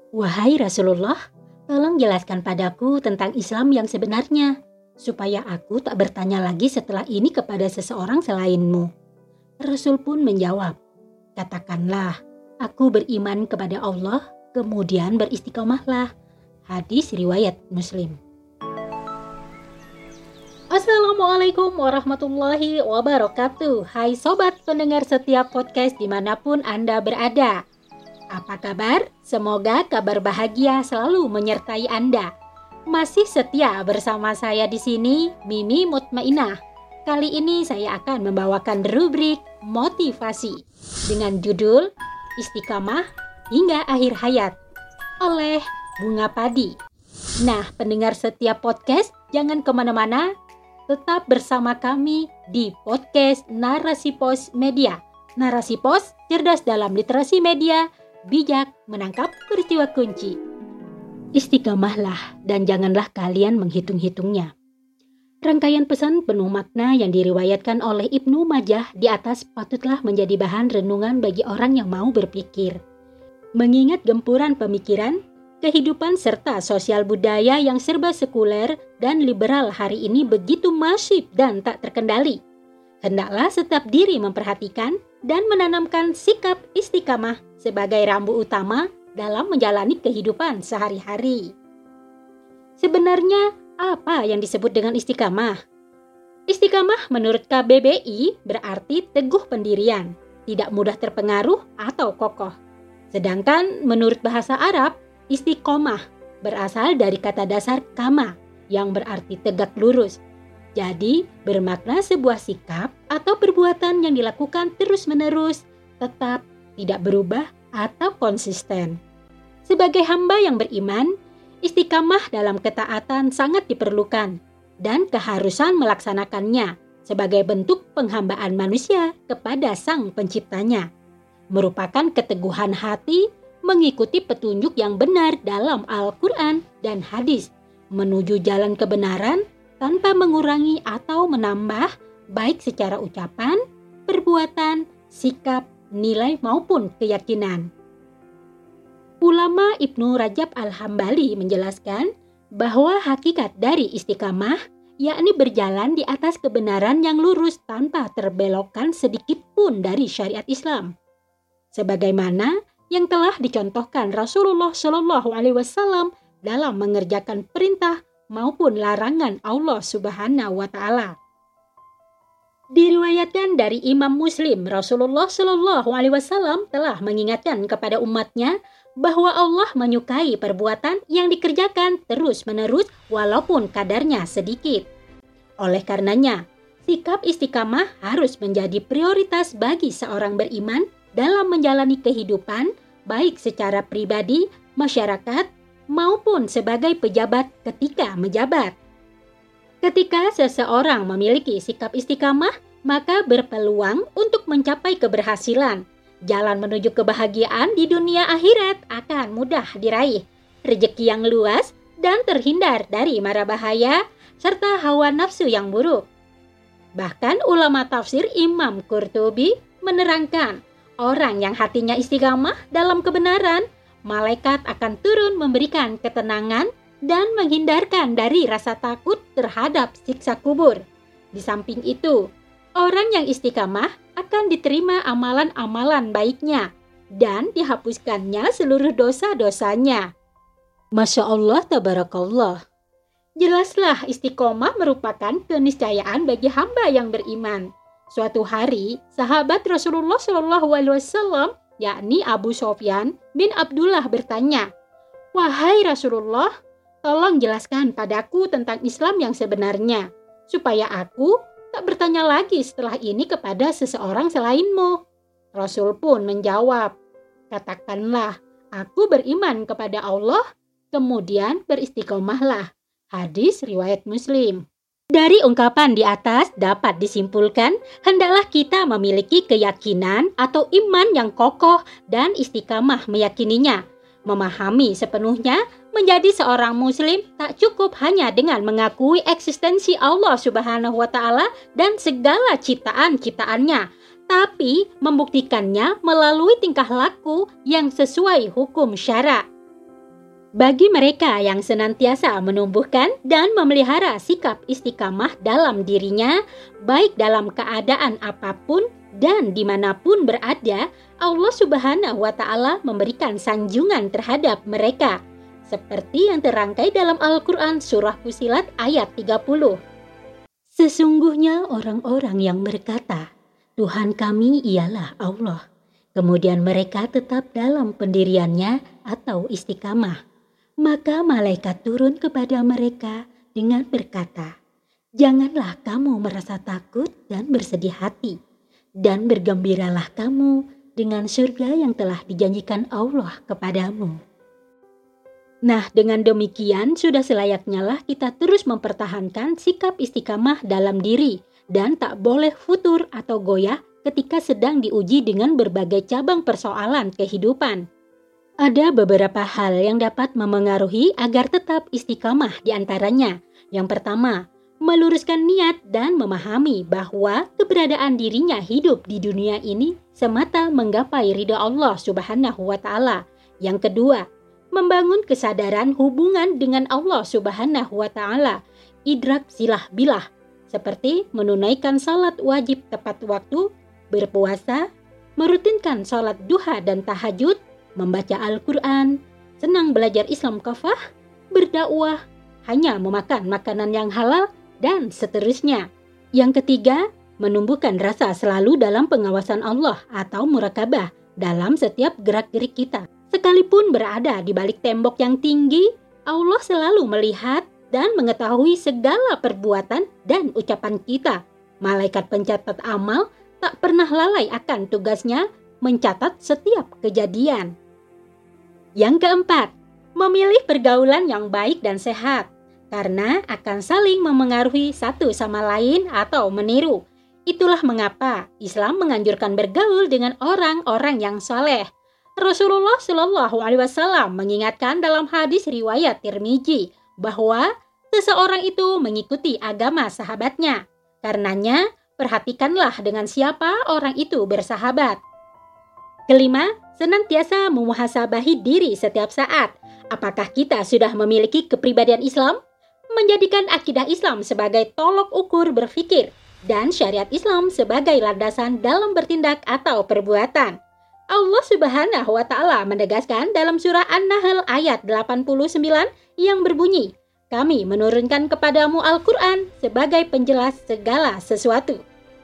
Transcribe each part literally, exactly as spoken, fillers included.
Wahai Rasulullah, tolong jelaskan padaku tentang Islam yang sebenarnya, supaya aku tak bertanya lagi setelah ini kepada seseorang selainmu. Rasul pun menjawab, katakanlah, aku beriman kepada Allah, kemudian beristiqomahlah. Hadis riwayat Muslim. Assalamualaikum warahmatullahi wabarakatuh. Hai sobat pendengar setiap podcast dimanapun Anda berada. Apa kabar? Semoga kabar bahagia selalu menyertai Anda. Masih setia bersama saya di sini, Mimi Mutmainah. Kali ini saya akan membawakan rubrik motivasi dengan judul Istiqamah hingga akhir hayat oleh Bunga Padi. Nah, pendengar setiap podcast, jangan kemana-mana. Tetap bersama kami di podcast Narasi Pos Media. Narasi Pos, cerdas dalam literasi media, bijak menangkap peristiwa kunci. Istiqamahlah dan janganlah kalian menghitung-hitungnya. Rangkaian pesan penuh makna yang diriwayatkan oleh Ibnu Majah di atas patutlah menjadi bahan renungan bagi orang yang mau berpikir. Mengingat gempuran pemikiran, kehidupan serta sosial budaya yang serba sekuler dan liberal hari ini begitu masif dan tak terkendali. Hendaklah setiap diri memperhatikan dan menanamkan sikap istiqamah sebagai rambu utama dalam menjalani kehidupan sehari-hari. Sebenarnya, apa yang disebut dengan istiqamah? Istiqamah menurut K B B I berarti teguh pendirian, tidak mudah terpengaruh atau kokoh. Sedangkan menurut bahasa Arab, istiqomah berasal dari kata dasar kama yang berarti tegak lurus. Jadi bermakna sebuah sikap atau perbuatan yang dilakukan terus-menerus, tetap tidak berubah atau konsisten. Sebagai hamba yang beriman, istiqamah dalam ketaatan sangat diperlukan dan keharusan melaksanakannya sebagai bentuk penghambaan manusia kepada Sang Penciptanya. Merupakan keteguhan hati mengikuti petunjuk yang benar dalam Al-Quran dan hadis, menuju jalan kebenaran tanpa mengurangi atau menambah, baik secara ucapan, perbuatan, sikap, nilai maupun keyakinan. Ulama Ibnu Rajab Al-Hambali menjelaskan bahwa hakikat dari istiqamah yakni berjalan di atas kebenaran yang lurus tanpa terbelokkan sedikit pun dari syariat Islam. Sebagaimana yang telah dicontohkan Rasulullah Shallallahu Alaihi Wasallam dalam mengerjakan perintah maupun larangan Allah Subhanahu Wa Taala. Diriwayatkan dari Imam Muslim, Rasulullah Shallallahu Alaihi Wasallam telah mengingatkan kepada umatnya bahwa Allah menyukai perbuatan yang dikerjakan terus-menerus walaupun kadarnya sedikit. Oleh karenanya, sikap istiqamah harus menjadi prioritas bagi seorang beriman dalam menjalani kehidupan, baik secara pribadi, masyarakat, maupun sebagai pejabat ketika menjabat. Ketika seseorang memiliki sikap istiqamah, maka berpeluang untuk mencapai keberhasilan. Jalan menuju kebahagiaan di dunia akhirat akan mudah diraih. Rezeki yang luas dan terhindar dari mara bahaya, serta hawa nafsu yang buruk. Bahkan ulama tafsir Imam Qurtubi menerangkan, orang yang hatinya istiqamah dalam kebenaran, malaikat akan turun memberikan ketenangan dan menghindarkan dari rasa takut terhadap siksa kubur. Di samping itu, orang yang istiqamah akan diterima amalan-amalan baiknya dan dihapuskannya seluruh dosa-dosanya. Masya Allah, tabarakallah. Jelaslah istiqomah merupakan keniscayaan bagi hamba yang beriman. Suatu hari, sahabat Rasulullah Shallallahu Alaihi Wasallam, yakni Abu Sofyan bin Abdullah bertanya, "Wahai Rasulullah, tolong jelaskan padaku tentang Islam yang sebenarnya, supaya aku tak bertanya lagi setelah ini kepada seseorang selainmu." Rasul pun menjawab, "Katakanlah, aku beriman kepada Allah, kemudian beristiqomahlah." Hadis riwayat Muslim. Dari ungkapan di atas dapat disimpulkan, hendaklah kita memiliki keyakinan atau iman yang kokoh dan istiqamah meyakininya. Memahami sepenuhnya, menjadi seorang muslim tak cukup hanya dengan mengakui eksistensi Allah Subhanahu wa Ta'ala dan segala ciptaan-ciptaannya, tapi membuktikannya melalui tingkah laku yang sesuai hukum syara. Bagi mereka yang senantiasa menumbuhkan dan memelihara sikap istiqamah dalam dirinya, baik dalam keadaan apapun dan dimanapun berada, Allah Subhanahu wa Ta'ala memberikan sanjungan terhadap mereka, seperti yang terangkai dalam Al-Quran Surah Fussilat ayat tiga puluh. Sesungguhnya orang-orang yang berkata, Tuhan kami ialah Allah, kemudian mereka tetap dalam pendiriannya atau istiqamah, maka malaikat turun kepada mereka dengan berkata, janganlah kamu merasa takut dan bersedih hati, dan bergembiralah kamu dengan surga yang telah dijanjikan Allah kepadamu. Nah, dengan demikian sudah selayaknya lah kita terus mempertahankan sikap istiqamah dalam diri dan tak boleh futur atau goyah ketika sedang diuji dengan berbagai cabang persoalan kehidupan. Ada beberapa hal yang dapat memengaruhi agar tetap istiqamah di antaranya. Yang pertama, meluruskan niat dan memahami bahwa keberadaan dirinya hidup di dunia ini semata menggapai ridha Allah Subhanahu wa Ta'ala. Yang kedua, membangun kesadaran hubungan dengan Allah Subhanahu wa Ta'ala, idrak silah bilah, seperti menunaikan salat wajib tepat waktu, berpuasa, merutinkan salat duha dan tahajud, membaca Al-Quran, senang belajar Islam kafah, berdakwah, hanya memakan makanan yang halal, dan seterusnya. Yang ketiga, menumbuhkan rasa selalu dalam pengawasan Allah atau murakabah dalam setiap gerak-gerik kita. Sekalipun berada di balik tembok yang tinggi, Allah selalu melihat dan mengetahui segala perbuatan dan ucapan kita. Malaikat pencatat amal tak pernah lalai akan tugasnya mencatat setiap kejadian. Yang keempat, memilih pergaulan yang baik dan sehat, karena akan saling memengaruhi satu sama lain atau meniru. Itulah mengapa Islam menganjurkan bergaul dengan orang-orang yang saleh. Rasulullah Shallallahu Alaihi Wasallam mengingatkan dalam hadis riwayat Tirmizi bahwa seseorang itu mengikuti agama sahabatnya. Karenanya, perhatikanlah dengan siapa orang itu bersahabat. Kelima, senantiasa memuhasabahi diri setiap saat. Apakah kita sudah memiliki kepribadian Islam? Menjadikan akidah Islam sebagai tolok ukur berpikir dan syariat Islam sebagai landasan dalam bertindak atau perbuatan. Allah Subhanahu wa Ta'ala menegaskan dalam surah An-Nahl ayat delapan puluh sembilan yang berbunyi, kami menurunkan kepadamu Al-Quran sebagai penjelas segala sesuatu.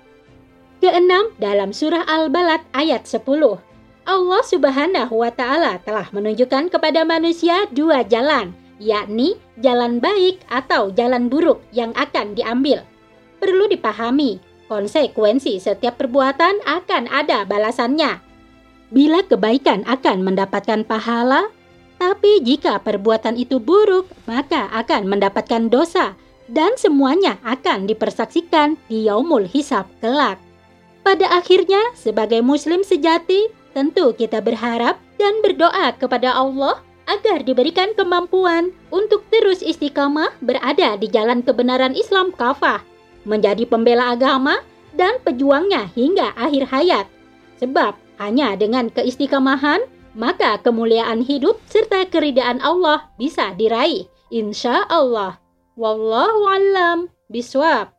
Keenam, dalam surah Al-Balad ayat sepuluh, Allah Subhanahu wa Ta'ala telah menunjukkan kepada manusia dua jalan, yakni jalan baik atau jalan buruk yang akan diambil. Perlu dipahami, konsekuensi setiap perbuatan akan ada balasannya. Bila kebaikan akan mendapatkan pahala, tapi jika perbuatan itu buruk, maka akan mendapatkan dosa, dan semuanya akan dipersaksikan di yaumul hisab kelak. Pada akhirnya, sebagai muslim sejati, tentu kita berharap dan berdoa kepada Allah agar diberikan kemampuan untuk terus istiqamah berada di jalan kebenaran Islam kafah, menjadi pembela agama dan pejuangnya hingga akhir hayat. Sebab hanya dengan keistiqamahan, maka kemuliaan hidup serta keridaan Allah bisa diraih. Insya Allah. Wallahu a'lam bishawab.